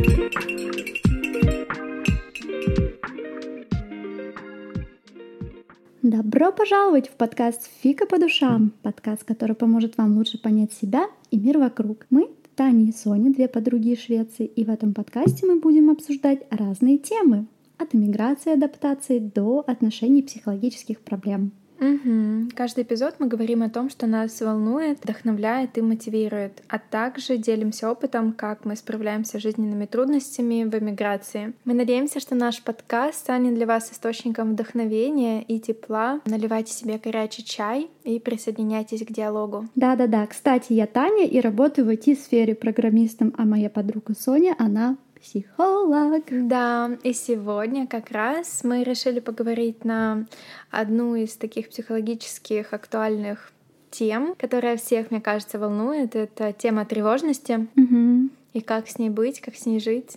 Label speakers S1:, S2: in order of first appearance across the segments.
S1: Добро пожаловать в подкаст «Фика по душам», подкаст, который поможет вам лучше понять себя и мир вокруг. Мы Таня и Соня, две подруги из Швеции, и в этом подкасте мы будем обсуждать разные темы, от иммиграции, адаптации до отношений и психологических проблем.
S2: Каждый эпизод мы говорим о том, что нас волнует, вдохновляет и мотивирует, а также делимся опытом, как мы справляемся с жизненными трудностями в эмиграции. Мы надеемся, что наш подкаст станет для вас источником вдохновения и тепла. Наливайте себе горячий чай и присоединяйтесь к диалогу.
S1: Да. Кстати, я Таня и работаю в IT-сфере программистом, а моя подруга Соня, она психолог.
S2: Да, и сегодня как раз мы решили поговорить на одну из таких психологических актуальных тем, которая всех, мне кажется, волнует. Это тема тревожности и как с ней быть, как с ней жить.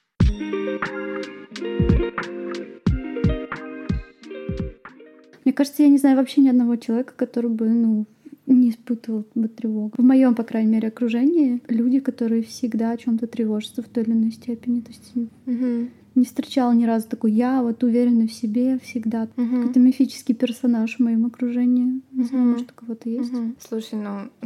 S1: Мне кажется, я не знаю вообще ни одного человека, который бы, не испытывал бы тревогу. В моем, по крайней мере, окружении люди, которые всегда о чем-то тревожатся в той или иной степени. То есть не встречала ни разу такой я вот уверенный в себе всегда. Какой-то мифический персонаж в моем окружении. Не знаю, может, у кого-то есть.
S2: Слушай,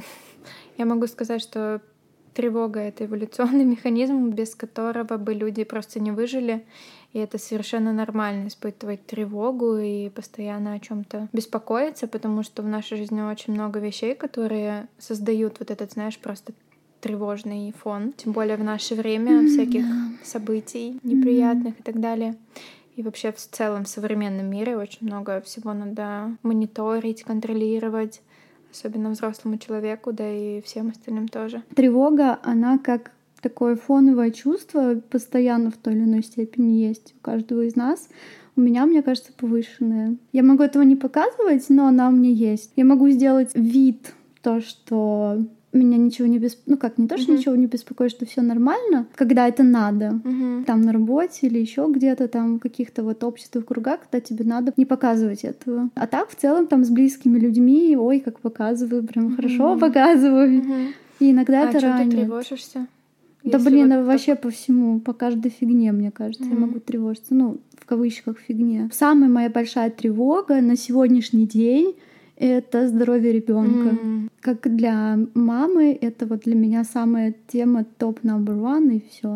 S2: я могу сказать, что тревога — это эволюционный механизм, без которого бы люди просто не выжили. И это совершенно нормально — испытывать тревогу и постоянно о чем-то беспокоиться, потому что в нашей жизни очень много вещей, которые создают вот этот, знаешь, просто тревожный фон. Тем более в наше время всяких событий неприятных и так далее. И вообще в целом в современном мире очень много всего надо мониторить, контролировать, особенно взрослому человеку, да и всем остальным тоже.
S1: Тревога, она как такое фоновое чувство постоянно в той или иной степени есть у каждого из нас. У меня, мне кажется, повышенное. Я могу этого не показывать, но она у меня есть. Я могу сделать вид, то, что меня ничего не беспокоит. Не то, что ничего не беспокоит, что все нормально, когда это надо. Там на работе или еще где-то, там в каких-то вот обществах, кругах, когда тебе надо не показывать этого. А так, в целом, там с близкими людьми, ой, как показываю, прям хорошо показываю. И иногда это ранит.
S2: А чем ты тревожишься?
S1: Да вообще по всему, по каждой фигне, мне кажется, я могу тревожиться. В кавычках фигне. Самая моя большая тревога на сегодняшний день — это здоровье ребенка. Как для мамы, это вот для меня самая тема топ number one, и все.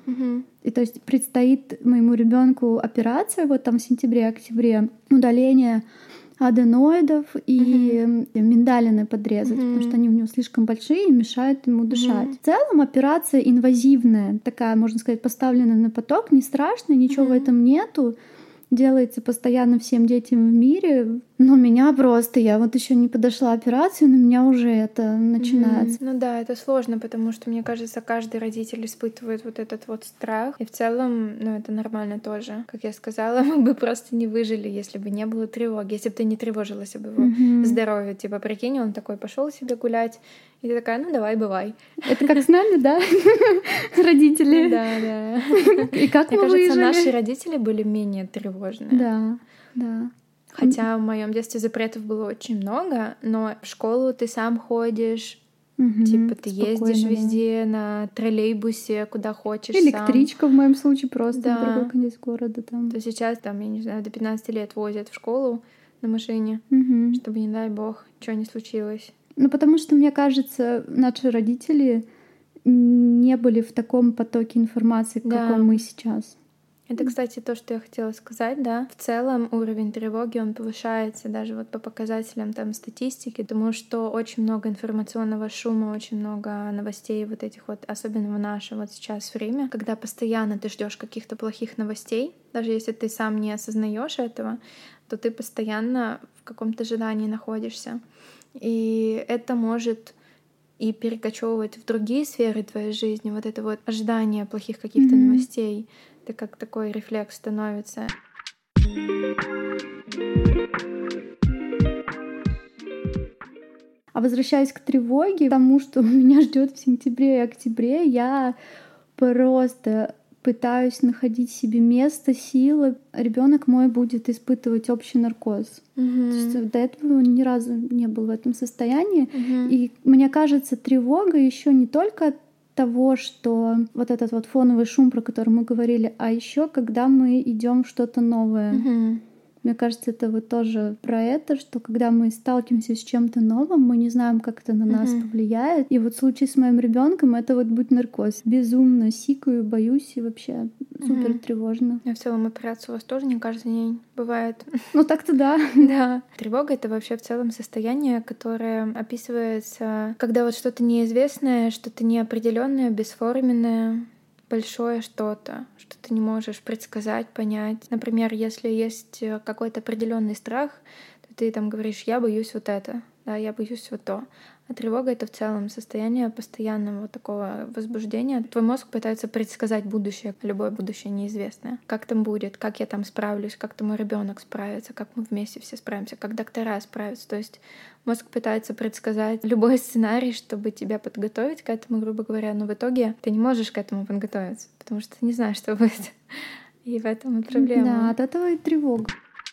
S1: И то есть предстоит моему ребенку операция вот там в сентябре-октябре, удаление аденоидов и миндалины подрезать, потому что они у него слишком большие и мешают ему дышать. В целом операция инвазивная, такая, можно сказать, поставленная на поток, не страшная, ничего в этом нету. Делается постоянно всем детям в мире. Но меня просто, я вот еще не подошла операцию, но меня уже это начинается.
S2: Это сложно, потому что, мне кажется, каждый родитель испытывает вот этот вот страх. И в целом, это нормально тоже. Как я сказала, мы бы просто не выжили, если бы не было тревоги, если бы ты не тревожилась об его здоровье. Типа, прикинь, он такой пошел себе гулять, и ты такая, давай, бывай.
S1: Это как с нами, да? Родители.
S2: Да.
S1: И как мы выжили?
S2: Мне кажется, наши родители были менее тревожные.
S1: Да.
S2: Хотя в моем детстве запретов было очень много, но в школу ты сам ходишь, типа ты ездишь везде на троллейбусе, куда хочешь.
S1: Электричка в моем случае просто в другой конец города.
S2: То сейчас я не знаю, до 15 лет возят в школу на машине, чтобы, не дай бог, ничего не случилось.
S1: Потому что, мне кажется, наши родители не были в таком потоке информации, каком мы сейчас.
S2: Это, кстати, то, что я хотела сказать, да. В целом уровень тревоги, он повышается даже вот по показателям статистики, потому что очень много информационного шума, очень много новостей вот этих вот, особенно в наше вот сейчас время, когда постоянно ты ждешь каких-то плохих новостей, даже если ты сам не осознаешь этого, то ты постоянно в каком-то ожидании находишься. И это может и перекочевывать в другие сферы твоей жизни, вот это вот ожидание плохих каких-то новостей. Это как такой рефлекс становится.
S1: А возвращаясь к тревоге, к тому, что меня ждет в сентябре и октябре, я просто пытаюсь находить себе место, силы. Ребенок мой будет испытывать общий наркоз. То есть до этого он ни разу не был в этом состоянии. И мне кажется, тревога еще не только того, что вот этот вот фоновый шум, про который мы говорили, а еще когда мы идем в что-то новое. Мне кажется, это вот тоже про это, что когда мы сталкиваемся с чем-то новым, мы не знаем, как это на нас повлияет. И вот в случае с моим ребенком это вот будет наркоз. Безумно сикаю, боюсь и вообще супер тревожно.
S2: А в целом операция у вас тоже не каждый день бывает?
S1: Ну так-то да.
S2: Да. Тревога — это вообще в целом состояние, которое описывается, когда вот что-то неизвестное, что-то неопределенное, бесформенное, большое что-то, что ты не можешь предсказать, понять. Например, если есть какой-то определенный страх, то ты там говоришь: я боюсь вот это, да, я боюсь вот то. А тревога — это в целом состояние постоянного такого возбуждения. Твой мозг пытается предсказать будущее, любое будущее неизвестное. Как там будет, как я там справлюсь, как там мой ребенок справится, как мы вместе все справимся, как доктора справятся. То есть мозг пытается предсказать любой сценарий, чтобы тебя подготовить к этому, грубо говоря, но в итоге ты не можешь к этому подготовиться, потому что ты не знаешь, что будет. И в этом и проблема.
S1: Да, от этого и тревога.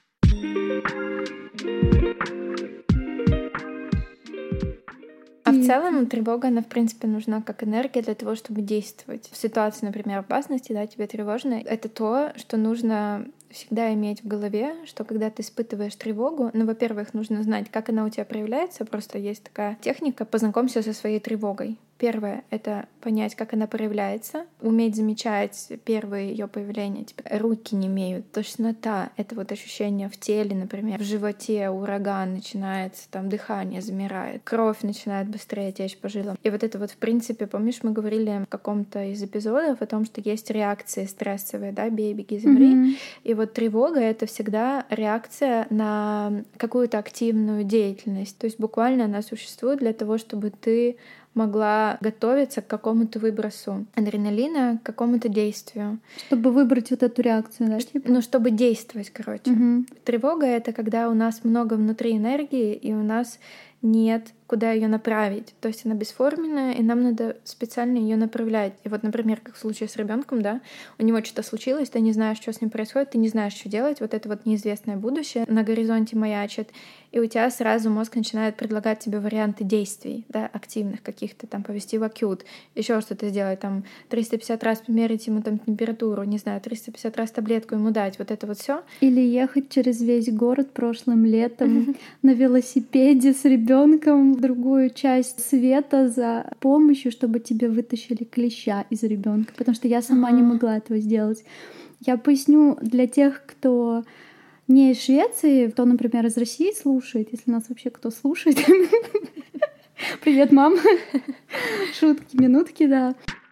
S2: А в целом тревога, она, в принципе, нужна как энергия для того, чтобы действовать. В ситуации, например, опасности, да, тебе тревожно. Это то, что нужно всегда иметь в голове, что когда ты испытываешь тревогу, ну, во-первых, нужно знать, как она у тебя проявляется. Просто есть такая техника: познакомься со своей тревогой. Первое — это понять, как она проявляется, уметь замечать первые ее появления. Типа руки немеют, тошнота — это вот ощущение в теле, например, в животе ураган начинается, там дыхание замирает, кровь начинает быстрее течь по жилам. И вот это вот, в принципе, помнишь, мы говорили в каком-то из эпизодов о том, что есть реакции стрессовые, да, бей, беги, замри. И вот тревога — это всегда реакция на какую-то активную деятельность. То есть буквально она существует для того, чтобы ты могла готовиться к какому-то выбросу адреналина, к какому-то действию.
S1: Чтобы выбрать вот эту реакцию, да? Типа?
S2: Ну, чтобы действовать, короче. Тревога — это когда у нас много внутри энергии, и у нас нет куда ее направить. То есть она бесформенная, и нам надо специально ее направлять. И вот, например, как в случае с ребенком, да, у него что-то случилось, ты не знаешь, что с ним происходит, ты не знаешь, что делать, вот это вот неизвестное будущее на горизонте маячит, и у тебя сразу мозг начинает предлагать тебе варианты действий, да, активных каких-то, там, повести в акют, еще что-то сделать, там, 350 раз померить ему там температуру, не знаю, 350 раз таблетку ему дать, вот это вот все.
S1: Или ехать через весь город прошлым летом на велосипеде с ребенком в другую часть света за помощью, чтобы тебе вытащили клеща из ребенка, потому что я сама не могла этого сделать. Я поясню для тех, кто не из Швеции, кто, например, из России слушает, если нас вообще кто слушает. Привет, мам. Шутки, минутки, да.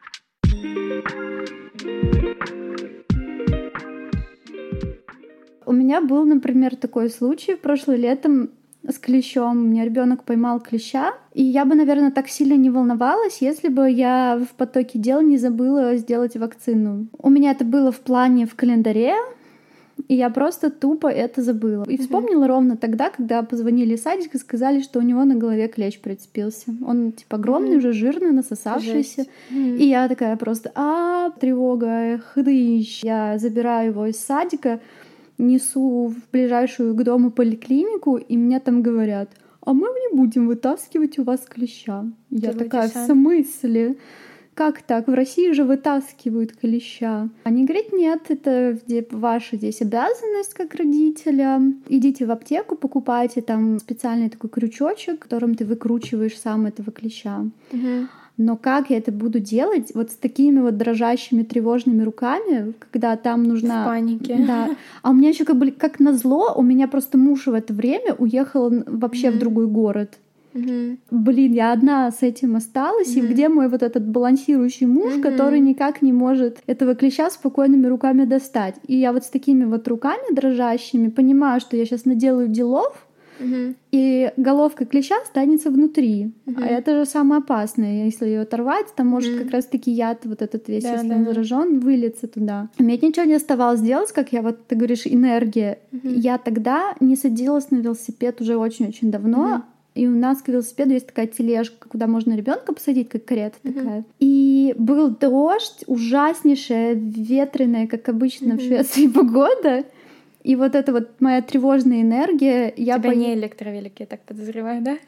S1: У меня был, например, такой случай прошлым летом с клещом. У меня ребенок поймал клеща, и я бы, наверное, так сильно не волновалась, если бы я в потоке дел не забыла сделать вакцину. У меня это было в плане в календаре, и я просто тупо это забыла. И вспомнила ровно тогда, когда позвонили из садика и сказали, что у него на голове клещ прицепился. Он типа огромный, уже жирный, насосавшийся. И я такая просто: тревога, хдыщ. Я забираю его из садика, несу в ближайшую к дому поликлинику, и мне там говорят: а мы не будем вытаскивать у вас клеща. Я такая: в смысле? Как так? В России же вытаскивают клеща. Они говорят: нет, это ваша здесь обязанность как родителя. Идите в аптеку, покупайте там специальный такой крючочек, которым ты выкручиваешь сам этого клеща. Но как я это буду делать вот с такими вот дрожащими, тревожными руками, когда там нужна...
S2: В панике.
S1: Да. А у меня еще как назло, у меня просто муж в это время уехал вообще в другой город. Блин, я одна с этим осталась, и где мой вот этот балансирующий муж, который никак не может этого клеща спокойными руками достать. И я вот с такими вот руками дрожащими понимаю, что я сейчас наделаю делов, и головка клеща останется внутри. А это же самое опасное. Если ее оторвать, там может как раз-таки яд вот этот весь, если он заражен, выльется туда. Мне ничего не оставалось делать, как я вот, ты говоришь, энергия. Я тогда не садилась на велосипед уже очень-очень давно. И у нас к велосипеду есть такая тележка, куда можно ребенка посадить, как карета такая. И был дождь, ужаснейшая, ветреная, как обычно в Швеции, погода. И вот эта вот моя тревожная энергия...
S2: У тебя не электровелик, я так подозреваю, да?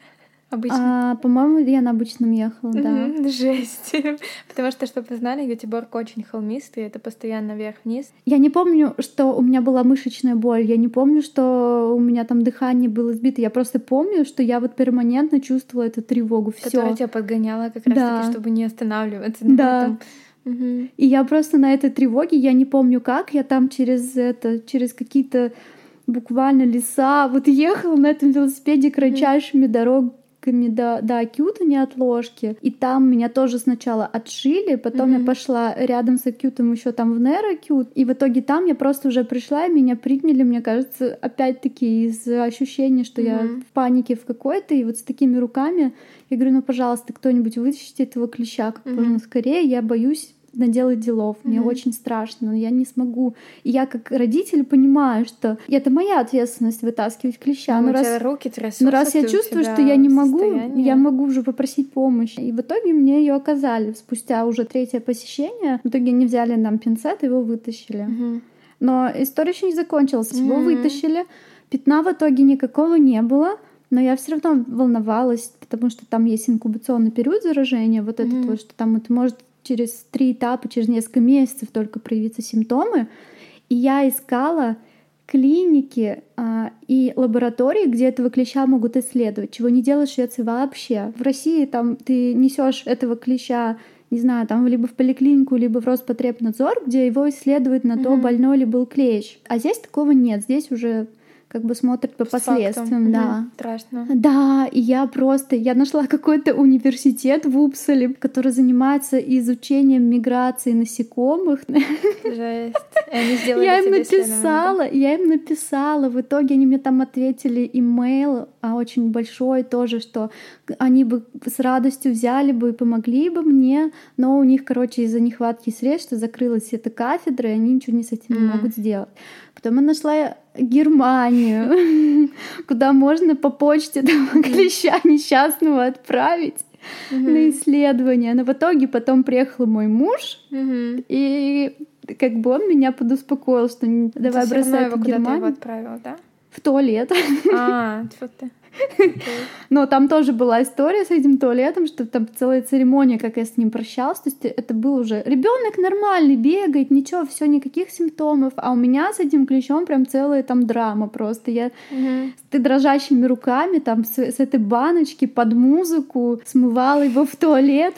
S2: Обычно.
S1: По-моему, я на обычном ехала, да.
S2: Жесть. Потому что, чтобы вы знали, Гетеборг очень холмистый, это постоянно вверх-вниз.
S1: Я не помню, что у меня была мышечная боль, я не помню, что у меня там дыхание было сбито, я просто помню, что я вот перманентно чувствовала эту тревогу.
S2: Которая тебя подгоняла как раз-таки, чтобы не останавливаться. Да.
S1: И я просто на этой тревоге, я не помню как, я там через какие-то буквально леса вот ехала на этом велосипеде кратчайшими дорогами до Акюта неотложки. И там меня тоже сначала отшили, потом я пошла рядом с Акютом еще там в нейроакют. И в итоге там я просто уже пришла, и меня приняли, мне кажется, опять-таки из ощущения, что я в панике в какой-то, и вот с такими руками я говорю, ну, пожалуйста, кто-нибудь вытащите этого клеща как можно скорее, я боюсь наделать делов. Мне очень страшно, но я не смогу. И я как родитель понимаю, что это моя ответственность вытаскивать клеща.
S2: Но раз руки трясутся,
S1: но раз я чувствую, что я не могу, я могу уже попросить помощи. И в итоге мне ее оказали. Спустя уже 3-е посещение, в итоге они взяли нам пинцет и его вытащили. Но история еще не закончилась. Его вытащили. Пятна в итоге никакого не было. Но я все равно волновалась, потому что там есть инкубационный период заражения. Вот это вот, что там это может через 3 этапа, через несколько месяцев только проявиться симптомы. И я искала клиники и лаборатории, где этого клеща могут исследовать, чего не делают в Швеции вообще. В России там ты несешь этого клеща, не знаю, там либо в поликлинику, либо в Роспотребнадзор, где его исследуют на то, больной ли был клещ. А здесь такого нет. Здесь уже как бы смотрят по последствиям, да.
S2: Страшно.
S1: Да, и я нашла какой-то университет в Упсале, который занимается изучением миграции насекомых.
S2: Жесть. И они сделали
S1: я
S2: тебе
S1: им написала, в итоге они мне там ответили имейл, очень большой тоже, что они бы с радостью взяли бы и помогли бы мне, но у них, короче, из-за нехватки средств закрылась эта кафедра, и они ничего с этим не могут сделать. Потом я нашла Германию, куда можно по почте клеща несчастного отправить на исследование. Но в итоге потом приехал мой муж, и как бы он меня подуспокоил, что давай бросай в Германию.
S2: Ты его отправила, да?
S1: В туалет.
S2: Тьфу ты.
S1: Но там тоже была история с этим туалетом, что там целая церемония, как я с ним прощалась. То есть это был уже ребенок нормальный, бегает, ничего, все, никаких симптомов. А у меня с этим клещом прям целая там драма просто. Я с дрожащими руками там с этой баночки под музыку смывала его в туалет.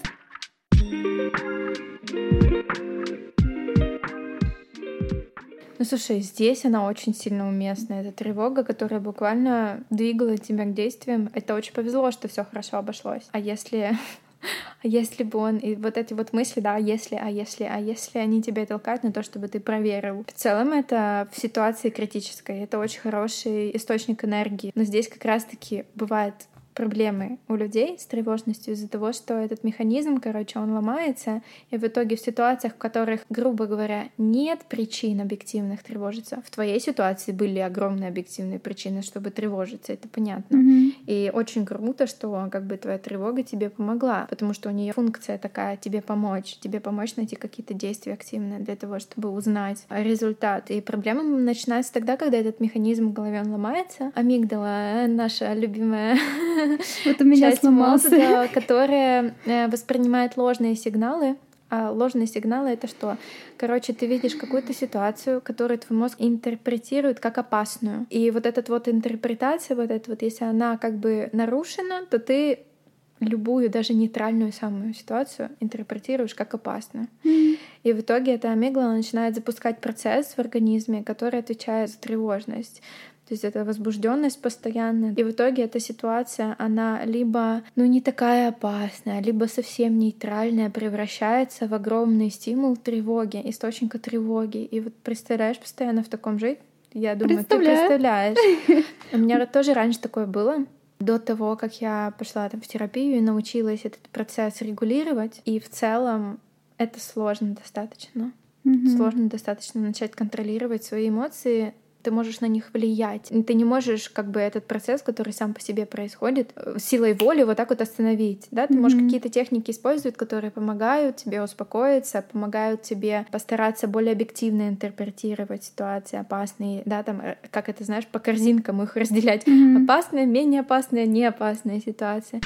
S2: Ну, слушай, здесь она очень сильно уместна. Это тревога, которая буквально двигала тебя к действиям. Это очень повезло, что все хорошо обошлось. А если бы он... И вот эти вот мысли, да, если они тебя толкают на то, чтобы ты проверил. В целом это в ситуации критической. Это очень хороший источник энергии. Но здесь как раз-таки бывает проблемы у людей с тревожностью из-за того, что этот механизм, он ломается, и в итоге в ситуациях, в которых, грубо говоря, нет причин объективных тревожиться, в твоей ситуации были огромные объективные причины, чтобы тревожиться, это понятно. И очень круто, что твоя тревога тебе помогла, потому что у нее функция такая — тебе помочь найти какие-то действия активные для того, чтобы узнать результат. И проблема начинается тогда, когда этот механизм в голове ломается. Амигдала, наша любимая
S1: вот у меня
S2: часть мозга, которая воспринимает ложные сигналы. А ложные сигналы — это что? Ты видишь какую-то ситуацию, которую твой мозг интерпретирует как опасную. И вот эта вот интерпретация, если она нарушена, то ты любую, даже нейтральную самую ситуацию интерпретируешь как опасную. И в итоге эта амигдала начинает запускать процесс в организме, который отвечает за тревожность. То есть это возбужденность постоянная. И в итоге эта ситуация, она либо не такая опасная, либо совсем нейтральная, превращается в огромный стимул тревоги, источника тревоги. И вот представляешь постоянно в таком жить? Я думаю, ты представляешь. У меня тоже раньше такое было. До того, как я пошла в терапию и научилась этот процесс регулировать. И в целом это сложно достаточно. Сложно достаточно начать контролировать свои эмоции ты можешь на них влиять. Ты не можешь как бы этот процесс, который сам по себе происходит, силой воли вот так вот остановить. Да? Ты можешь какие-то техники использовать, которые помогают тебе успокоиться, помогают тебе постараться более объективно интерпретировать ситуации опасные, да, там, как это, знаешь, по корзинкам их разделять. Опасная, менее опасная, не опасная ситуация.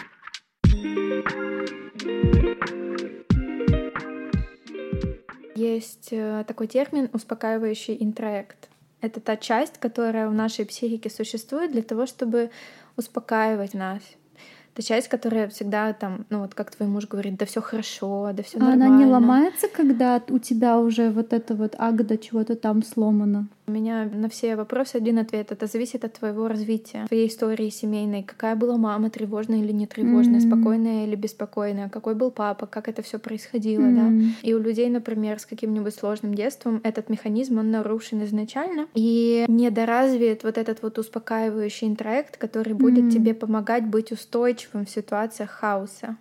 S2: Есть такой термин «успокаивающий интроект». Это та часть, которая в нашей психике существует для того, чтобы успокаивать нас. Это часть, которая всегда там, ну вот как твой муж говорит, да все хорошо, да все нормально.
S1: Она не ломается, когда у тебя уже вот это вот агда чего-то там сломано?
S2: У меня на все вопросы один ответ. Это зависит от твоего развития, твоей истории семейной. Какая была мама, тревожная или не тревожная, спокойная или беспокойная, какой был папа, как это все происходило, да. И у людей, например, с каким-нибудь сложным детством этот механизм, он нарушен изначально. И недоразвит вот этот вот успокаивающий интроект, который будет тебе помогать быть устойчивым в ситуациях хаоса.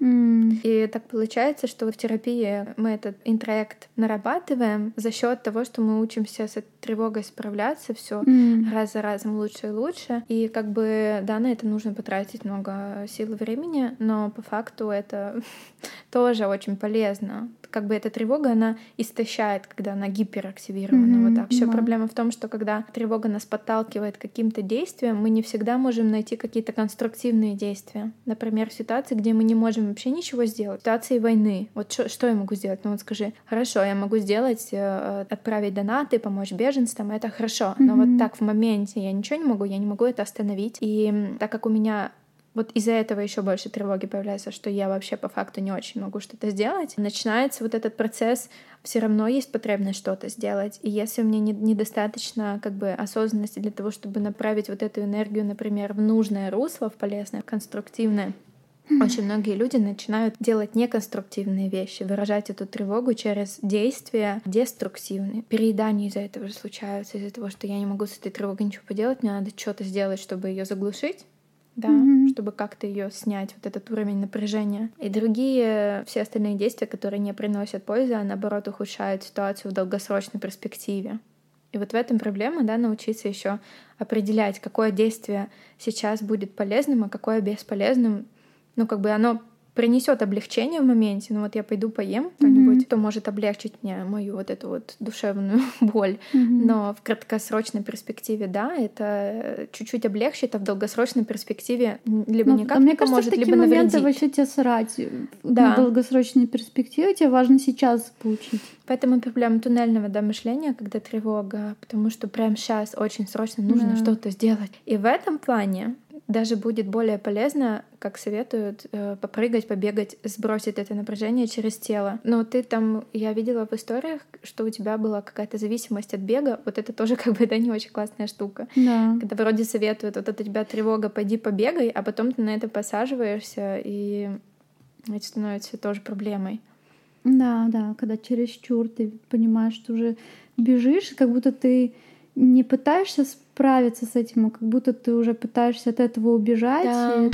S2: И так получается, что в терапии мы этот интроект нарабатываем за счет того, что мы учимся с этой тревогой справляться, все раз за разом лучше и лучше. И как бы, да, на это нужно потратить много сил и времени, но по факту это тоже очень полезно. Как бы эта тревога, она истощает, когда она гиперактивирована. Вот так. Еще проблема в том, что когда тревога нас подталкивает к каким-то действиям, мы не всегда можем найти какие-то конструктивные действия. Например, в ситуации, где мы не можем вообще ничего сделать. В ситуации войны. Вот что я могу сделать? Ну вот скажи, хорошо, я могу сделать, отправить донаты, помочь беженцам, это хорошо. Но вот так в моменте я ничего не могу это остановить. И так как у меня вот из-за этого еще больше тревоги появляется, что я вообще по факту не очень могу что-то сделать. Начинается вот этот процесс, все равно есть потребность что-то сделать. И если у меня недостаточно как бы осознанности для того, чтобы направить вот эту энергию, например, в нужное русло, в полезное, в конструктивное, очень многие люди начинают делать неконструктивные вещи, выражать эту тревогу через действия деструктивные. Переедания из-за этого же случаются, из-за того, что я не могу с этой тревогой ничего поделать, мне надо что-то сделать, чтобы ее заглушить. Да, чтобы как-то ее снять, вот этот уровень напряжения. И другие, все остальные действия, которые не приносят пользы, а наоборот ухудшают ситуацию в долгосрочной перспективе. И вот в этом проблема, да, научиться еще определять, какое действие сейчас будет полезным, а какое бесполезным. Ну, как бы оно принесет облегчение в моменте. Ну вот я пойду поем что-нибудь, что может облегчить мне мою вот эту вот душевную боль. Но в краткосрочной перспективе, да, это чуть-чуть облегчит, а в долгосрочной перспективе либо никак не поможет, либо навредит.
S1: Мне кажется, в такие моменты вообще тебе срать. На долгосрочной перспективе тебе важно сейчас получить.
S2: Поэтому проблема туннельного, да, мышления, когда тревога, потому что прямо сейчас очень срочно нужно что-то сделать. И в этом плане даже будет более полезно, как советуют, попрыгать, побегать, сбросить это напряжение через тело. Но ты там, я видела в историях, что у тебя была какая-то зависимость от бега. Вот это тоже как бы, да, не очень классная штука.
S1: Да.
S2: Когда вроде советуют, вот это у тебя тревога, пойди побегай, а потом ты на это посаживаешься, и это становится тоже проблемой.
S1: Да, да, когда чересчур ты понимаешь, что уже бежишь, как будто ты не пытаешься справиться с этим, а как будто ты уже пытаешься от этого убежать.
S2: Да.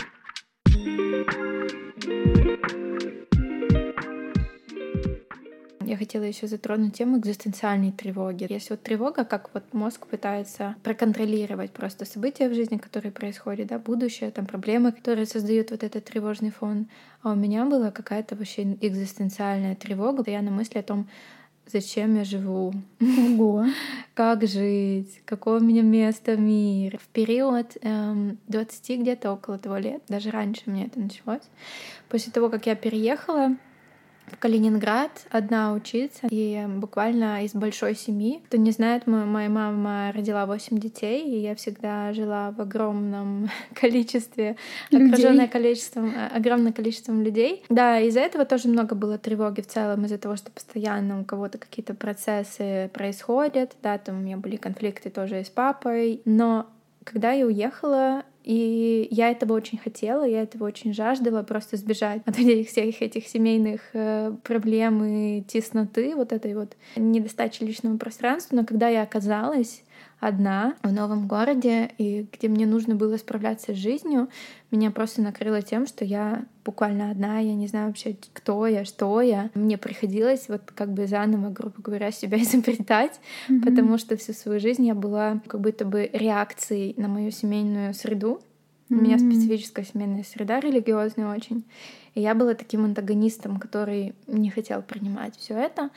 S2: Я хотела еще затронуть тему экзистенциальной тревоги. Если вот тревога, как вот мозг пытается проконтролировать просто события в жизни, которые происходят, да, будущее, там проблемы, которые создают вот этот тревожный фон. А у меня была какая-то вообще экзистенциальная тревога, постоянно мысли о том, зачем я живу, как жить, какое у меня место в мире. В период 20 где-то около того лет, даже раньше у меня это началось, после того, как я переехала в Калининград одна учиться, и буквально из большой семьи. Кто не знает, моя мама родила 8 детей, и я всегда жила в огромном количестве, окружённая огромным количеством людей. Да, из-за этого тоже много было тревоги в целом, из-за того, что постоянно у кого-то какие-то процессы происходят, да, там у меня были конфликты тоже и с папой, но когда я уехала, и я этого очень хотела, я этого очень жаждала, просто сбежать от всех этих семейных проблем и тесноты, вот этой вот недостачи личного пространства. Но когда я оказалась одна в новом городе, и где мне нужно было справляться с жизнью, меня просто накрыло тем, что я буквально одна, я не знаю вообще, кто я, что я. Мне приходилось вот как бы заново, грубо говоря, себя изобретать, потому что всю свою жизнь я была как будто бы реакцией на мою семейную среду. У меня специфическая семейная среда, религиозная очень. И я была таким антагонистом, который не хотел принимать все это.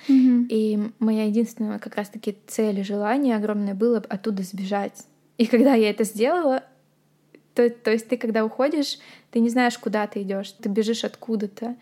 S2: И моя единственная как раз-таки цель и желание огромное было оттуда сбежать. И когда я это сделала, то есть ты, когда уходишь, ты не знаешь, куда ты идешь, ты бежишь откуда-то.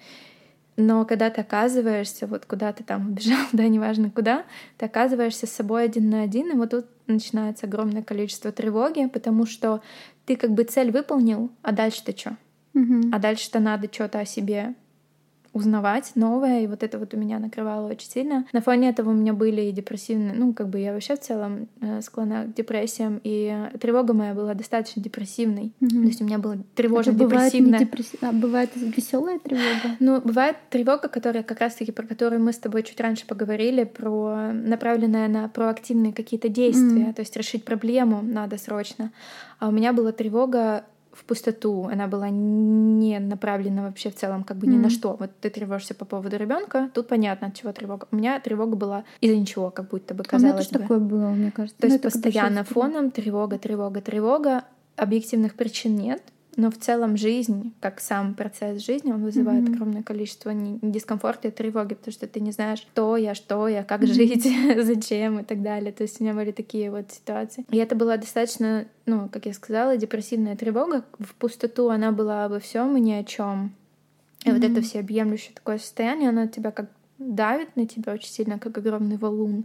S2: Но когда ты оказываешься, вот куда ты там убежал, да, неважно куда, ты оказываешься с собой один на один, и вот тут начинается огромное количество тревоги, потому что ты как бы цель выполнил, а дальше-то что? А дальше-то надо что-то о себе узнавать новое, и вот это вот у меня накрывало очень сильно. На фоне этого у меня были и депрессивные, ну, как бы я вообще в целом склонна к депрессиям, и тревога моя была достаточно депрессивной. То есть у меня была тревожно-депрессивная.
S1: Бывает веселая тревога?
S2: Ну, бывает тревога, которая как раз-таки, про которую мы с тобой чуть раньше поговорили, про направленная на проактивные какие-то действия, то есть решить проблему надо срочно. А у меня была тревога в пустоту, она была не направлена вообще в целом как бы ни на что. Вот ты тревожишься по поводу ребенка, тут понятно, от чего тревога. У меня тревога была из-за ничего, как будто бы казалось бы.
S1: У меня тоже такое было, мне кажется.
S2: То есть постоянно фоном тревога. Объективных причин нет, но в целом жизнь, как сам процесс жизни, он вызывает огромное количество дискомфорта и тревоги, потому что ты не знаешь, кто я, как жить, зачем и так далее. То есть у меня были такие вот ситуации. И это была достаточно, ну, как я сказала, депрессивная тревога. В пустоту она была обо всем и ни о чем. И вот это всеобъемлющее такое состояние, оно тебя как давит на тебя очень сильно, как огромный валун.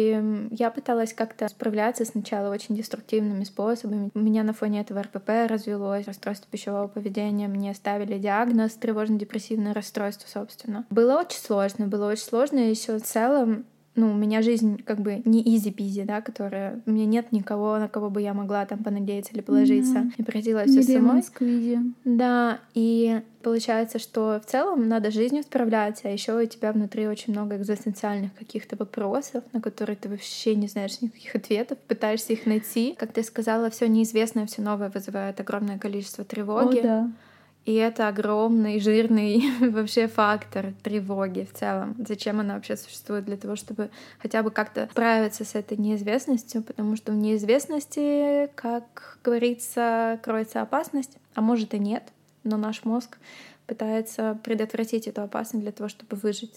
S2: И я пыталась как-то справляться сначала очень деструктивными способами. У меня на фоне этого РПП развелось, расстройство пищевого поведения. Мне ставили диагноз тревожно-депрессивное расстройство, собственно. Было очень сложно, и еще в целом ну, у меня жизнь как бы не изи-пизи, да, которая... У меня нет никого, на кого бы я могла там понадеяться или положиться. Мне приходилось всё самой. Да, и получается, что в целом надо с жизнью справляться, а еще у тебя внутри очень много экзистенциальных каких-то вопросов, на которые ты вообще не знаешь никаких ответов, пытаешься их найти. Как ты сказала, все неизвестное, все новое вызывает огромное количество тревоги.
S1: О, да.
S2: И это огромный, жирный вообще фактор тревоги в целом. Зачем она вообще существует? Для того, чтобы хотя бы как-то справиться с этой неизвестностью, потому что в неизвестности, как говорится, кроется опасность, а может и нет, но наш мозг пытается предотвратить эту опасность для того, чтобы выжить.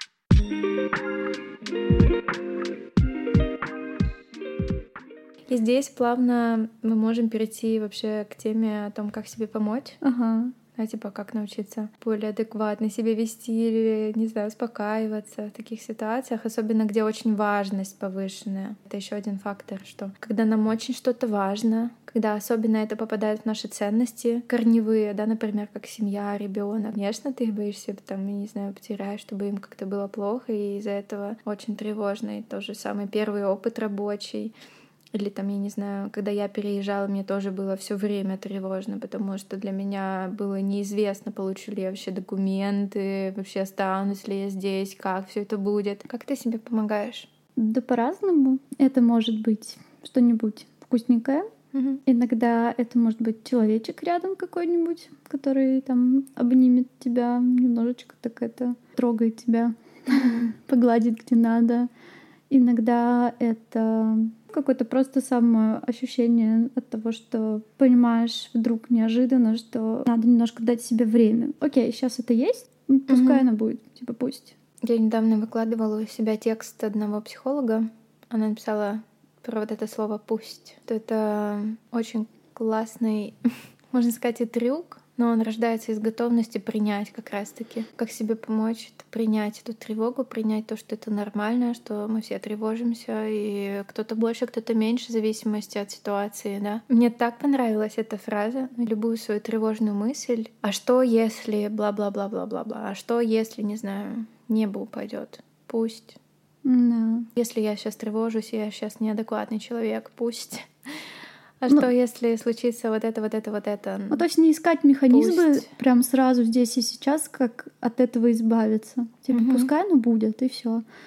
S2: И здесь плавно мы можем перейти вообще к теме о том, как себе помочь. Да, типа как научиться более адекватно себя вести или, не знаю, успокаиваться в таких ситуациях, особенно где очень важность повышенная. Это еще один фактор, что когда нам очень что-то важно, когда особенно это попадает в наши ценности корневые, да, например, как семья, ребенок, конечно, ты их боишься, там, я не знаю, потеряешь, чтобы им как-то было плохо, и из-за этого очень тревожно. И тот же самый первый опыт рабочий. Или там, я не знаю, когда я переезжала, мне тоже было все время тревожно, потому что для меня было неизвестно, получу ли я вообще документы, вообще останусь ли я здесь, как все это будет. Как ты себе помогаешь?
S1: Да по-разному. Это может быть что-нибудь вкусненькое. Иногда это может быть человечек рядом какой-нибудь, который там обнимет тебя, немножечко так это трогает тебя, погладит где надо. Иногда это какое-то просто самоощущение от того, что понимаешь вдруг неожиданно, что надо немножко дать себе время. Окей, сейчас это есть, пускай оно будет, типа пусть.
S2: Я недавно выкладывала у себя текст одного психолога. Она написала про вот это слово «пусть». Это очень классный, можно сказать, и трюк, но он рождается из готовности принять как раз-таки. Как себе помочь? Это принять эту тревогу, принять то, что это нормально, что мы все тревожимся, и кто-то больше, кто-то меньше, в зависимости от ситуации, да. Мне так понравилась эта фраза, любую свою тревожную мысль. А что если бла-бла-бла-бла-бла-бла? А что если, не знаю, небо упадет? Пусть.
S1: Да.
S2: Если я сейчас тревожусь, я сейчас неадекватный человек, пусть. А что, если случится вот это?
S1: Ну, то есть не искать механизмы
S2: Пусть.
S1: прям сразу здесь и сейчас, как от этого избавиться. Типа, пускай оно будет, и все.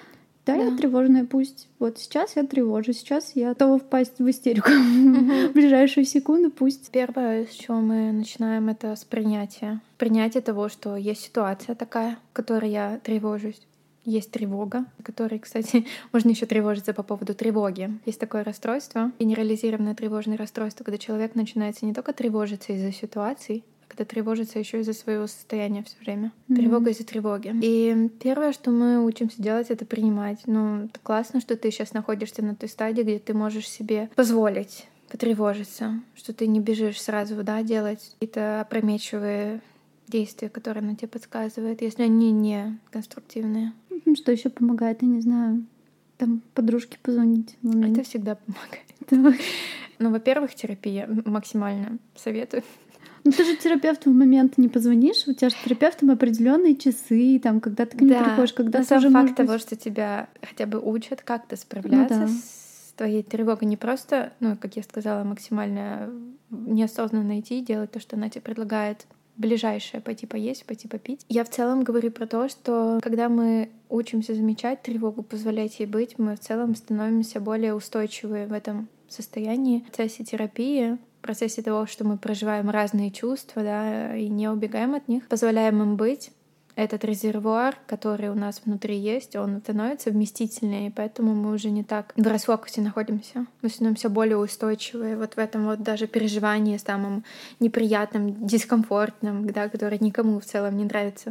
S1: Да, я тревожная, пусть. Вот сейчас я тревожусь, сейчас я готова впасть в истерику. В ближайшую секунду пусть.
S2: Первое, с чего мы начинаем, это с принятия. Принятие того, что есть ситуация такая, в которой я тревожусь. Есть тревога, которой, кстати, можно еще тревожиться по поводу тревоги. Есть такое расстройство, генерализированное тревожное расстройство, когда человек начинается не только тревожиться из-за ситуаций, когда тревожится еще из-за своего состояния все время. Тревога из-за тревоги. И первое, что мы учимся делать, это принимать. Ну, это классно, что ты сейчас находишься на той стадии, где ты можешь себе позволить потревожиться, что ты не бежишь сразу, да, делать какие-то опрометчивые действия, которые она тебе подсказывает, если они не конструктивные.
S1: Что еще помогает, я не знаю, там подружке позвонить.
S2: Это всегда помогает. Ну, во-первых, терапия максимально советую.
S1: Ну ты же терапевту в момент не позвонишь, у тебя же терапевтом определенные часы, там, когда ты к ним приходишь, когда ты
S2: сам
S1: уже
S2: факт того, что тебя хотя бы учат как-то справляться с твоей тревогой, не просто, ну, как я сказала, максимально неосознанно идти и делать то, что она тебе предлагает, ближайшее, пойти поесть, пойти попить. Я в целом говорю про то, что когда мы учимся замечать тревогу, позволять ей быть, мы в целом становимся более устойчивы в этом состоянии. В процессе терапии, в процессе того, что мы проживаем разные чувства, да, и не убегаем от них, позволяем им быть. Этот резервуар, который у нас внутри есть, он становится вместительнее, и поэтому мы уже не так в расфокусе находимся. Мы становимся более устойчивые вот в этом вот даже переживании самым неприятным, дискомфортным, да, который никому в целом не нравится.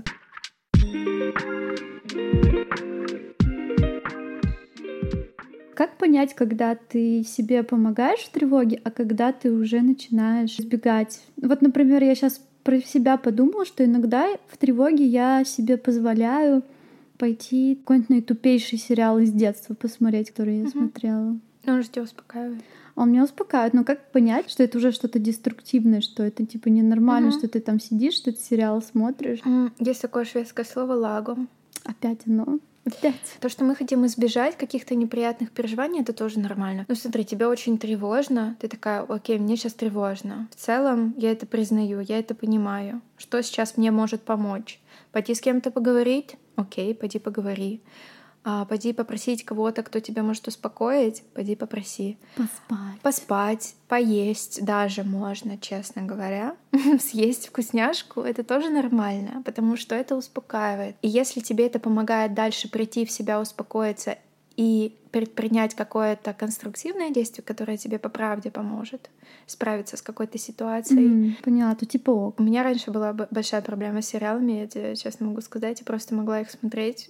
S1: Как понять, когда ты себе помогаешь в тревоге, а когда ты уже начинаешь избегать? Вот, например, я сейчас про себя подумала, что иногда в тревоге я себе позволяю пойти какой-нибудь наитупейший сериал из детства посмотреть, который я смотрела.
S2: Он же тебя успокаивает.
S1: Он меня успокаивает. Но как понять, что это уже что-то деструктивное, что это типа ненормально, что ты там сидишь, что ты сериал смотришь?
S2: Есть такое шведское слово «лагом».
S1: Опять оно. Опять.
S2: То, что мы хотим избежать каких-то неприятных переживаний, это тоже нормально. Ну смотри, тебе очень тревожно, ты такая, окей, мне сейчас тревожно. В целом я это признаю, я это понимаю. Что сейчас мне может помочь? Пойти с кем-то поговорить? Окей, пойди поговори. Пойди попросить кого-то, кто тебя может успокоить, пойди попроси. Поспать, поесть даже можно, честно говоря. Съесть вкусняшку — это тоже нормально, потому что это успокаивает. И если тебе это помогает дальше прийти в себя, успокоиться и предпринять какое-то конструктивное действие, которое тебе по правде поможет справиться с какой-то ситуацией.
S1: Поняла, то типа ок.
S2: У меня раньше была большая проблема с сериалами, я тебе честно могу сказать, я просто могла их смотреть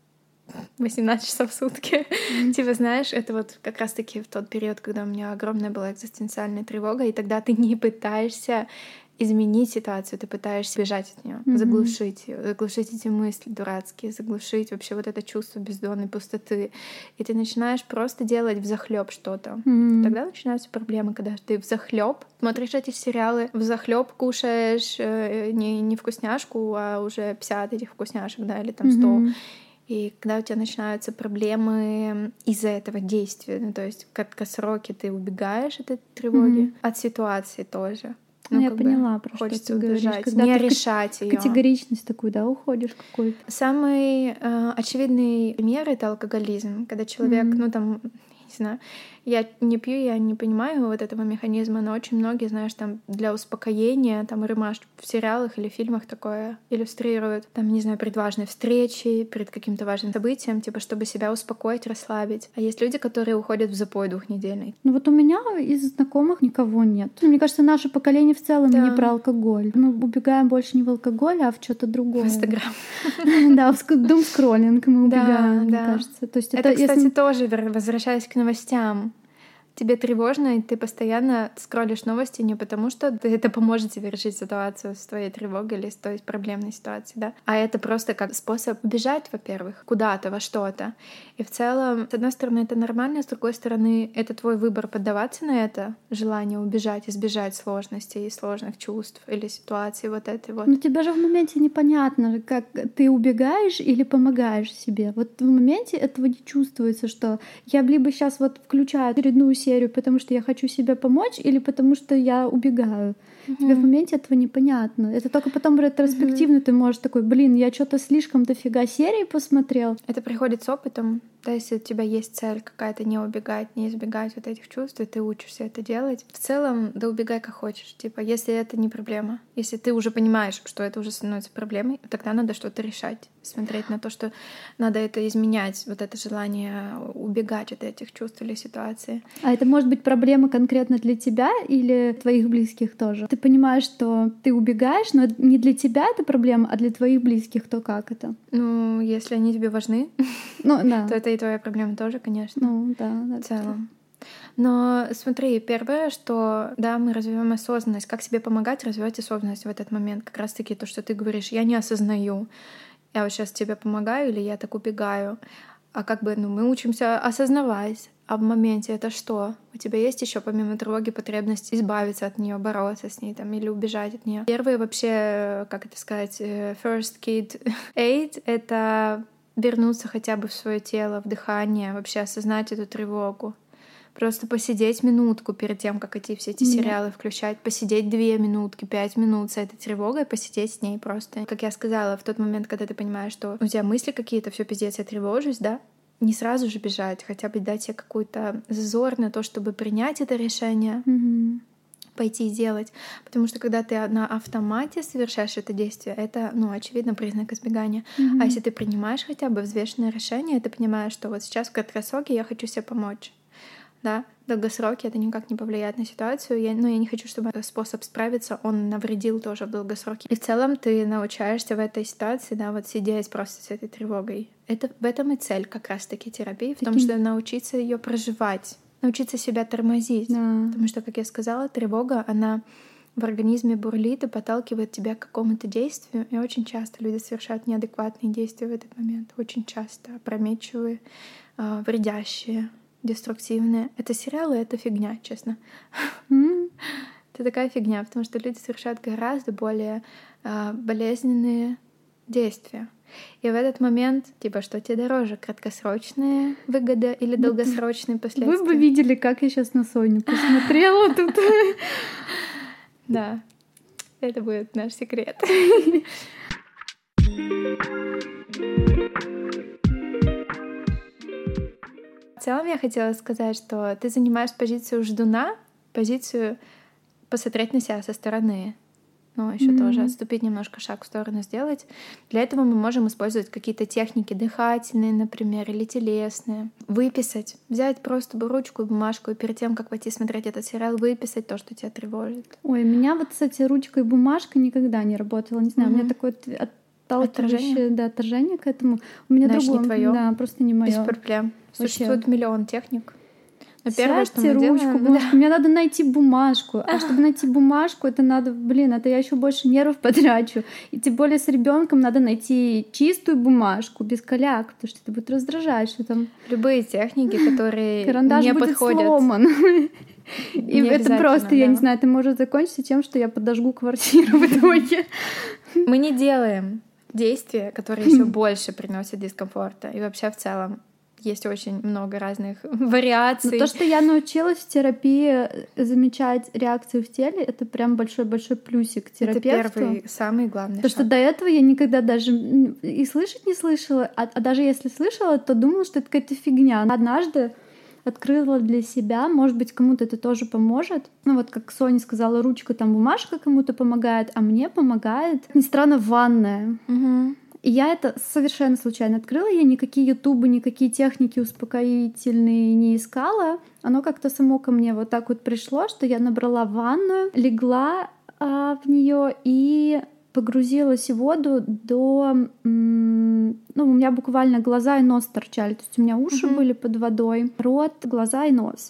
S2: 18 часов в сутки. Типа, знаешь, это вот как раз-таки в тот период, когда у меня огромная была экзистенциальная тревога, и тогда ты не пытаешься изменить ситуацию, ты пытаешься бежать от нее, заглушить ее, заглушить эти мысли дурацкие, заглушить вообще вот это чувство бездонной пустоты. И ты начинаешь просто делать взахлёб что-то. Тогда начинаются проблемы, когда ты взахлёб смотришь эти сериалы, взахлёб кушаешь не вкусняшку, а уже 50 этих вкусняшек, да, или там 100. И когда у тебя начинаются проблемы из-за этого действия, ну, то есть в краткосроке ты убегаешь от этой тревоги, от ситуации тоже.
S1: Ну, я поняла, про
S2: хочется
S1: что ты
S2: убежать,
S1: говоришь.
S2: не решать ее.
S1: Категоричность такую, да, уходишь какой-то.
S2: Самый очевидный пример — это алкоголизм, когда человек, ну там, не знаю, я не пью, я не понимаю вот этого механизма, но очень многие, знаешь, там для успокоения, там Рымаш в сериалах или фильмах такое иллюстрируют, там, не знаю, перед важной встречей, перед каким-то важным событием, типа, чтобы себя успокоить, расслабить. А есть люди, которые уходят в запой двухнедельный.
S1: Ну вот у меня из знакомых никого нет. Мне кажется, наше поколение в целом не про алкоголь. Мы убегаем больше не в алкоголь, а в что-то другое.
S2: В Инстаграм.
S1: Да, в думскроллинг мы убегаем, мне кажется. То есть
S2: это, кстати, тоже, возвращаясь к новостям, тебе тревожно, и ты постоянно скроллишь новости не потому, что это поможет тебе решить ситуацию с твоей тревогой или с той проблемной ситуацией, да, а это просто как способ убежать, во-первых, куда-то, во что-то. И в целом, с одной стороны, это нормально, с другой стороны, это твой выбор поддаваться на это желание убежать, избежать сложностей и сложных чувств или ситуаций вот этой вот.
S1: Но тебе же в моменте непонятно, как ты убегаешь или помогаешь себе. Вот в моменте этого не чувствуется, что я либо сейчас вот включаю очередную серию, потому что я хочу себе помочь, или потому что я убегаю. Тебе в моменте этого непонятно. Это только потом ретроспективно ты можешь такой, блин, я что-то слишком дофига серий посмотрел.
S2: Это приходит с опытом. Да, если у тебя есть цель какая-то не убегать, не избегать вот этих чувств, и ты учишься это делать. В целом, да убегай как хочешь. Типа, если это не проблема, если ты уже понимаешь, что это уже становится проблемой, тогда надо что-то решать. Смотреть на то, что надо это изменять, вот это желание убегать от этих чувств или ситуации.
S1: А это может быть проблема конкретно для тебя или твоих близких тоже? Ты понимаешь, что ты убегаешь, но не для тебя это проблема, а для твоих близких, то как это?
S2: Ну, если они тебе важны,
S1: ну, да.
S2: то это и твоя проблема тоже, конечно.
S1: Ну, да,
S2: в целом. Но смотри, первое, что да, мы развиваем осознанность. Как себе помогать развивать осознанность в этот момент? Как раз-таки то, что ты говоришь, я не осознаю. Я вот сейчас тебе помогаю или я так убегаю. А как бы, мы учимся осознавать. А в моменте это что? У тебя есть еще помимо тревоги потребность избавиться от нее, бороться с ней там, или убежать от нее? Первый вообще, как это сказать, first kid aid — это вернуться хотя бы в свое тело, в дыхание, вообще осознать эту тревогу. Просто посидеть минутку перед тем, как идти все эти сериалы включать, посидеть 2 минутки, 5 минут с этой тревогой, посидеть с ней просто. Как я сказала, в тот момент, когда ты понимаешь, что у тебя мысли какие-то, все пиздец, я тревожусь, да, не сразу же бежать, хотя бы дать себе какой-то зазор на то, чтобы принять это решение, пойти и сделать. Потому что когда ты на автомате совершаешь это действие, это, очевидно, признак избегания. А если ты принимаешь хотя бы взвешенное решение, ты понимаешь, что вот сейчас в краткосроке я хочу себе помочь. Да, в долгосроке это никак не повлияет на ситуацию. Я не хочу, чтобы этот способ справиться, он навредил тоже в долгосроке. И в целом ты научаешься в этой ситуации, да, вот сидеть просто с этой тревогой. В этом и цель как раз-таки терапии, в том, что научиться ее проживать, научиться себя тормозить.
S1: Да.
S2: Потому что, как я сказала, тревога, она в организме бурлит и подталкивает тебя к какому-то действию. И очень часто люди совершают неадекватные действия в этот момент. Очень часто опрометчивые, вредящие, деструктивные. Это сериалы, это фигня, честно. Это такая фигня, потому что люди совершают гораздо более болезненные действия. И в этот момент, что тебе дороже, краткосрочная выгода или долгосрочные последствия?
S1: Вы бы видели, как я сейчас на Соню посмотрела тут.
S2: Да, это будет наш секрет. В целом я хотела сказать, что ты занимаешь позицию ждуна, позицию посмотреть на себя со стороны. Еще тоже отступить немножко, шаг в сторону сделать. Для этого мы можем использовать какие-то техники дыхательные, например, или телесные. Выписать, взять просто ручку и бумажку, и перед тем, как пойти смотреть этот сериал, выписать то, что тебя тревожит.
S1: Ой, у меня вот, кстати, ручка и бумажка никогда не работала. Не знаю, у меня такое отторжение к этому. У меня другое.
S2: Не твое.
S1: Да, просто не моё.
S2: Без проблем. Существует миллион техник. Но
S1: первое, что мы ручку, бумажку. Мне надо найти бумажку. А чтобы найти бумажку, это надо, это я еще больше нервов потрачу. И тем более с ребенком надо найти чистую бумажку, без коляк, потому что это будет раздражать, что там.
S2: Любые техники, которые
S1: карандаш
S2: не
S1: будет
S2: подходят.
S1: Сломан. И это просто, я не знаю, это может закончиться тем, что я подожгу квартиру в итоге.
S2: Мы не делаем действия, которые еще больше приносят дискомфорта. И вообще в целом есть очень много разных вариаций.
S1: Но то, что я научилась в терапии замечать реакцию в теле, это прям большой-большой плюсик терапевту.
S2: Это первый, самый главный
S1: Потому что до этого я никогда даже и слышать не слышала, а даже если слышала, то думала, что это какая-то фигня. Однажды открыла для себя, может быть, кому-то это тоже поможет. Вот как Соня сказала, ручка, там бумажка кому-то помогает, а мне помогает, не странно, ванная. И я это совершенно случайно открыла. Я никакие ютубы, никакие техники успокоительные не искала. Оно как-то само ко мне вот так вот пришло, что я набрала ванную, легла в нее и погрузилась в воду до... у меня буквально глаза и нос торчали. То есть у меня уши были под водой, рот, глаза и нос.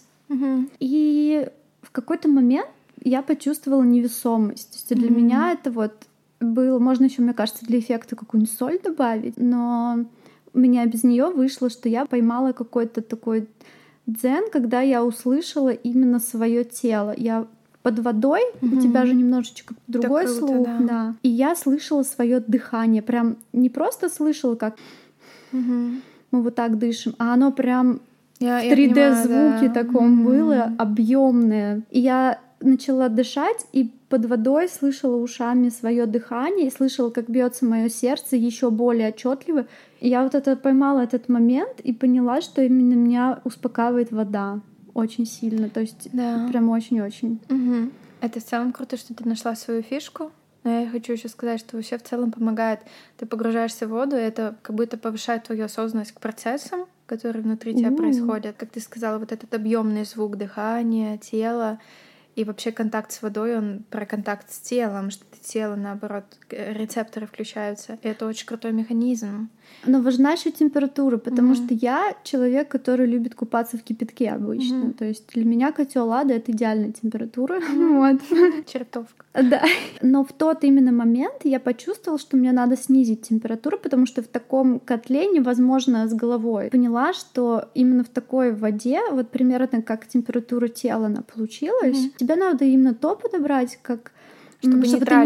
S1: И в какой-то момент я почувствовала невесомость. То есть для меня это вот было, можно еще, мне кажется, для эффекта какую-нибудь соль добавить, но у меня без нее вышло, что я поймала какой-то такой дзен, когда я услышала именно свое тело. Я под водой, у тебя же немножечко другой слух, да. И я слышала свое дыхание, прям не просто слышала, как мы вот так дышим, а оно прям в 3D звуке таком было, объемное. И я начала дышать и под водой слышала ушами свое дыхание и слышала, как бьется мое сердце еще более отчетливо. И я вот это поймала этот момент и поняла, что именно меня успокаивает вода очень сильно. То есть прям очень-очень.
S2: Угу. Это в целом круто, что ты нашла свою фишку. Но я хочу еще сказать, что вообще в целом помогает. Ты погружаешься в воду, и это как будто повышает твою осознанность к процессам, которые внутри тебя происходят. Как ты сказала, вот этот объемный звук дыхания, тела. И вообще контакт с водой, он про контакт с телом, что тело, наоборот, рецепторы включаются. И это очень крутой механизм.
S1: Но важна еще температура, потому что я человек, который любит купаться в кипятке обычно. То есть для меня котел Ада — это идеальная температура. Вот.
S2: Чертовка.
S1: Да. Но в тот именно момент я почувствовала, что мне надо снизить температуру, потому что в таком котле невозможно с головой. Поняла, что именно в такой воде, вот примерно как температура тела она получилась, тебе надо именно то подобрать, как чтобы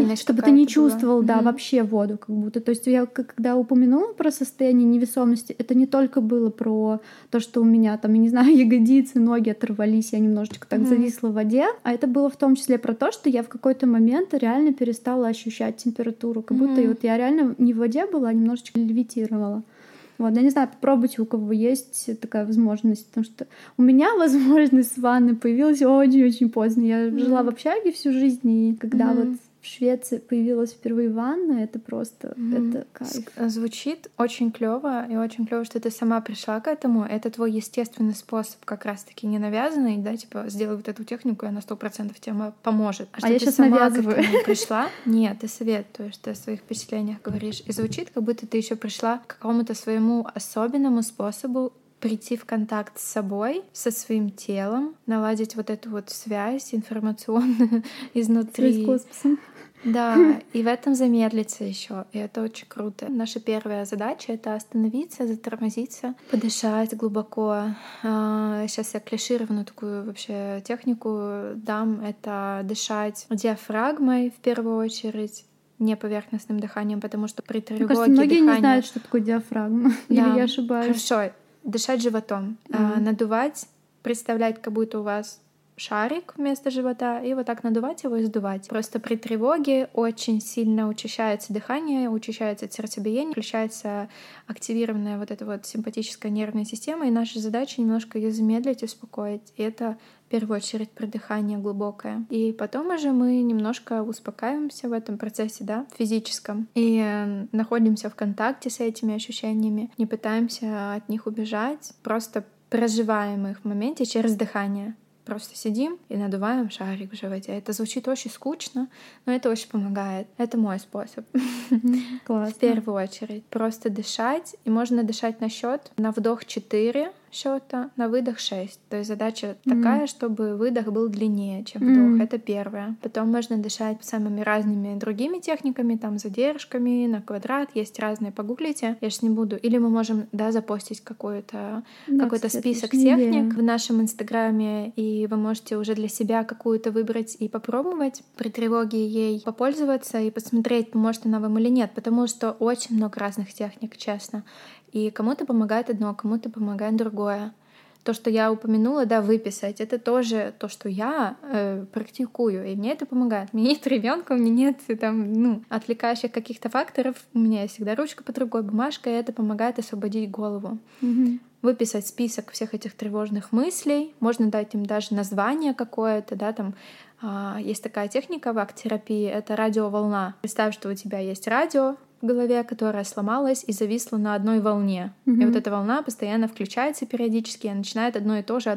S1: ты не чувствовал, да, вообще воду как будто. То есть я когда упомянула про состояние невесомости, это не только было про то, что у меня там, я не знаю, ягодицы, ноги оторвались, я немножечко так зависла в воде, а это было в том числе про то, что я в какой-то момент реально перестала ощущать температуру, как будто и вот я реально не в воде была, а немножечко левитировала. Вот, я не знаю, попробуйте, у кого есть такая возможность, потому что у меня возможность с ванной появилась очень-очень поздно. Я жила в общаге всю жизнь, и когда вот в Швеции появилась впервые ванна, это просто это кайф.
S2: Звучит очень клево, и очень клево, что ты сама пришла к этому. Это твой естественный способ, как раз-таки не навязанный, да, типа сделай вот эту технику, и она 100% тебе поможет.
S1: А я сейчас навязываю.
S2: Пришла? Нет, ты советуешь, ты о своих впечатлениях говоришь. И звучит, как будто ты еще пришла к какому-то своему особенному способу прийти в контакт с собой, со своим телом, наладить вот эту вот связь информационную изнутри.
S1: Связь с космосом.
S2: Да, и в этом замедлиться еще, и это очень круто. Наша первая задача — это остановиться, затормозиться, подышать глубоко. Сейчас я клишированную такую вообще технику дам. Это дышать диафрагмой в первую очередь, не поверхностным дыханием, потому что при тревоге
S1: мне кажется, многие не знают, что такое диафрагма. Или я ошибаюсь?
S2: Хорошо. Дышать животом, надувать, представлять, как будто у вас шарик вместо живота, и вот так надувать его и сдувать. Просто при тревоге очень сильно учащается дыхание, учащается сердцебиение, включается активированная вот эта вот симпатическая нервная система, и наша задача немножко ее замедлить, успокоить. И это в первую очередь про дыхание глубокое. И потом уже мы немножко успокаиваемся в этом процессе, да, физическом, и находимся в контакте с этими ощущениями, не пытаемся от них убежать, просто проживаем их в моменте через дыхание. Просто сидим и надуваем шарик в животе. Это звучит очень скучно, но это очень помогает. Это мой способ.
S1: Классно.
S2: В первую очередь. Просто дышать. И можно дышать на счет. На вдох 4 счета, на выдох 6. То есть задача такая, чтобы выдох был длиннее, чем вдох. Это первое. Потом можно дышать самыми разными другими техниками, там задержками, на квадрат. Есть разные, погуглите. Я сейчас не буду. Или мы можем, да, запостить какой-то список техник в нашем инстаграме, и вы можете уже для себя какую-то выбрать и попробовать при тревоге ей попользоваться и посмотреть, поможет она вам или нет, потому что очень много разных техник, честно. И кому-то помогает одно, кому-то помогает другое. То, что я упомянула, да, выписать, это тоже то, что я практикую, и мне это помогает. У меня нет ребенка, у меня нет там, отвлекающих каких-то факторов. У меня есть всегда ручка под рукой, бумажка, и это помогает освободить голову. Выписать список всех этих тревожных мыслей. Можно дать им даже название какое-то, да, там есть такая техника в акт-терапии, это радиоволна. Представь, что у тебя есть радио в голове, которая сломалась и зависла на одной волне. И вот эта волна постоянно включается периодически и начинает одно и то же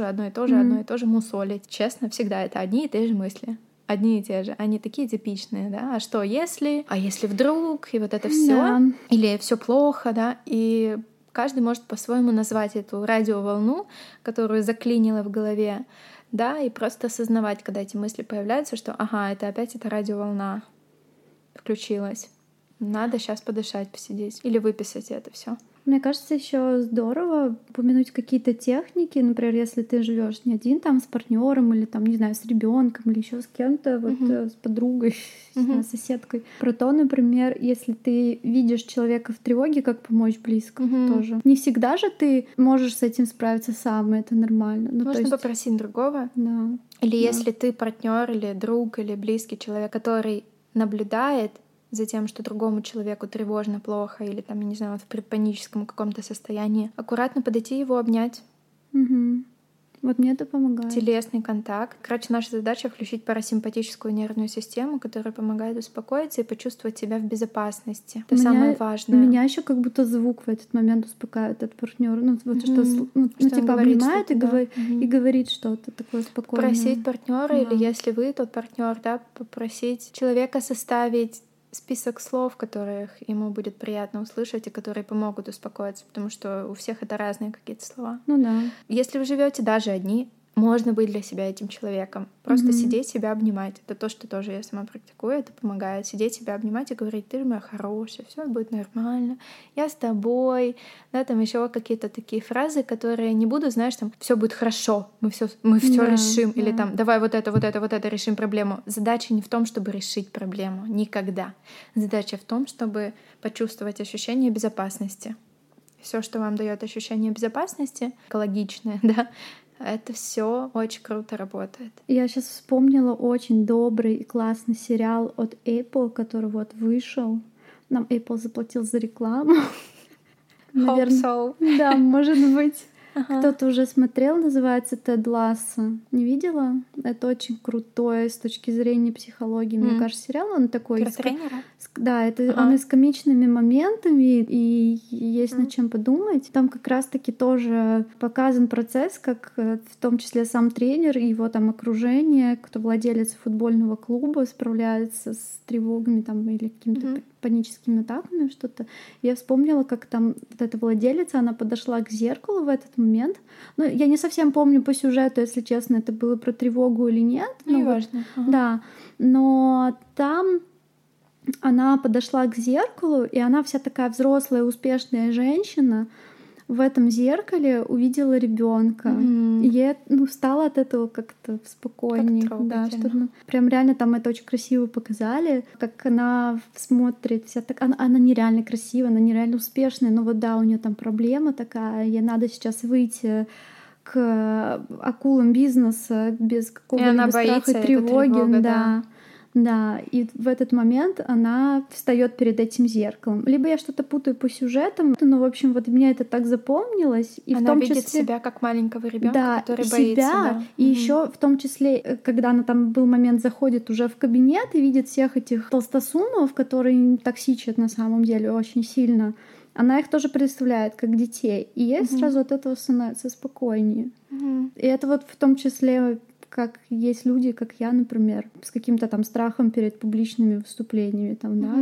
S2: мусолить. Честно, всегда это одни и те же мысли. Одни и те же. Они такие типичные, да. А что если? А если вдруг? И вот это все.
S1: Да.
S2: Или все плохо, да. И каждый может по-своему назвать эту радиоволну, которую заклинило в голове, да, и просто осознавать, когда эти мысли появляются, что ага, это опять эта радиоволна включилась. Надо сейчас подышать, посидеть или выписать это все.
S1: Мне кажется, еще здорово упомянуть какие-то техники. Например, если ты живешь не один там с партнером или там, не знаю, с ребенком или еще с кем-то, вот с подругой, не знаю, с соседкой. Про то, например, если ты видишь человека в тревоге, как помочь близкому тоже. Не всегда же ты можешь с этим справиться сам, и это нормально. Ну,
S2: можно попросить другого.
S1: Да.
S2: Или если ты партнер или друг или близкий человек, который наблюдает за тем, что другому человеку тревожно, плохо, или там, я не знаю, в предпаническом каком-то состоянии, аккуратно подойти его обнять.
S1: Вот мне это помогает.
S2: Телесный контакт. Короче, наша задача — включить парасимпатическую нервную систему, которая помогает успокоиться и почувствовать себя в безопасности. Это самое важное.
S1: Меня еще как будто звук в этот момент успокаивает от партнера. Ну, вот что типа обнимает и говорит что-то такое спокойное.
S2: Просить партнера, или если вы тот партнер, да, попросить человека составить список слов, которых ему будет приятно услышать и которые помогут успокоиться, потому что у всех это разные какие-то слова.
S1: Ну да.
S2: Если вы живете даже одни, можно быть для себя этим человеком. Просто сидеть, себя обнимать. Это то, что тоже я сама практикую, это помогает. Сидеть, себя обнимать и говорить: ты же моя хорошая, все будет нормально, я с тобой. Да, там еще какие-то такие фразы, которые не буду, знаешь, там все будет хорошо, мы все решим, или там давай вот это решим проблему. Задача не в том, чтобы решить проблему, никогда. Задача в том, чтобы почувствовать ощущение безопасности. Все, что вам дает ощущение безопасности, экологичное, да, это все очень круто работает.
S1: Я сейчас вспомнила очень добрый и классный сериал от Apple, который вот вышел. Нам Apple заплатил за рекламу.
S2: Наверное, so.
S1: Да, может быть. Кто-то уже смотрел, называется «Тед Лассо». Не видела? Это очень крутой с точки зрения психологии. Мне кажется, сериал он такой...
S2: Про тренера?
S1: Да, это он и с комичными моментами, и есть над чем подумать. Там как раз-таки тоже показан процесс, как в том числе сам тренер и его там окружение, кто владелец футбольного клуба, справляется с тревогами там или какими-то паническими атаками, что-то. Я вспомнила, как там вот эта владелица, она подошла к зеркалу в этот момент. Ну, я не совсем помню по сюжету, если честно, это было про тревогу или нет.
S2: Неважно.
S1: Да, но там она подошла к зеркалу, и она вся такая взрослая, успешная женщина в этом зеркале увидела ребенка. И ей стало от этого как-то спокойнее. Да, что прям реально там это очень красиво показали, как она смотрит, вся так. Она нереально красивая, она нереально успешная, но вот да, у нее там проблема такая, ей надо сейчас выйти к акулам бизнеса без какого-либо страха и тревоги. Да, и в этот момент она встает перед этим зеркалом. Либо я что-то путаю по сюжетам, но, в общем, вот мне это так запомнилось. И
S2: она
S1: в том
S2: видит
S1: числе
S2: себя как маленького ребенка,
S1: да,
S2: который
S1: себя,
S2: боится. Да.
S1: И еще в том числе, когда она там был момент, заходит уже в кабинет и видит всех этих толстосумов, которые токсичат на самом деле очень сильно. Она их тоже представляет как детей. И ей сразу от этого становится спокойнее. И это вот в том числе... как есть люди, как я, например, с каким-то там страхом перед публичными выступлениями, там, да.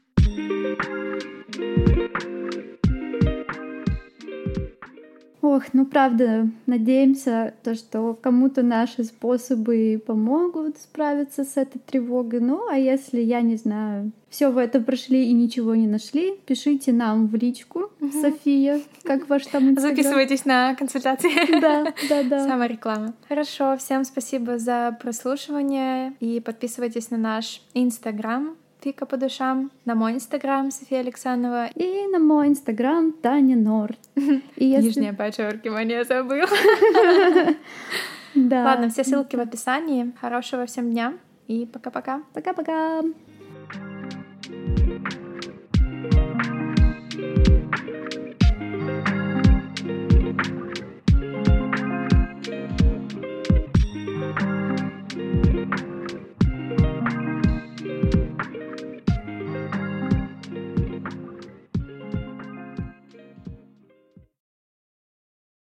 S1: Ох, ну правда, надеемся, что кому-то наши способы помогут справиться с этой тревогой. Ну, а если, я не знаю, все в это прошли и ничего не нашли, пишите нам в личку, София, как ваш там Инстаграм.
S2: Записывайтесь на консультации.
S1: Да.
S2: Самореклама. Хорошо, всем спасибо за прослушивание и подписывайтесь на наш Инстаграм Фика по душам, на мой Инстаграм София Александрова
S1: и на мой Инстаграм Таня Норд.
S2: Нижнее подчеркивание забыл.
S1: Да.
S2: Ладно, все ссылки в описании. Хорошего всем дня и пока-пока.
S1: Пока-пока.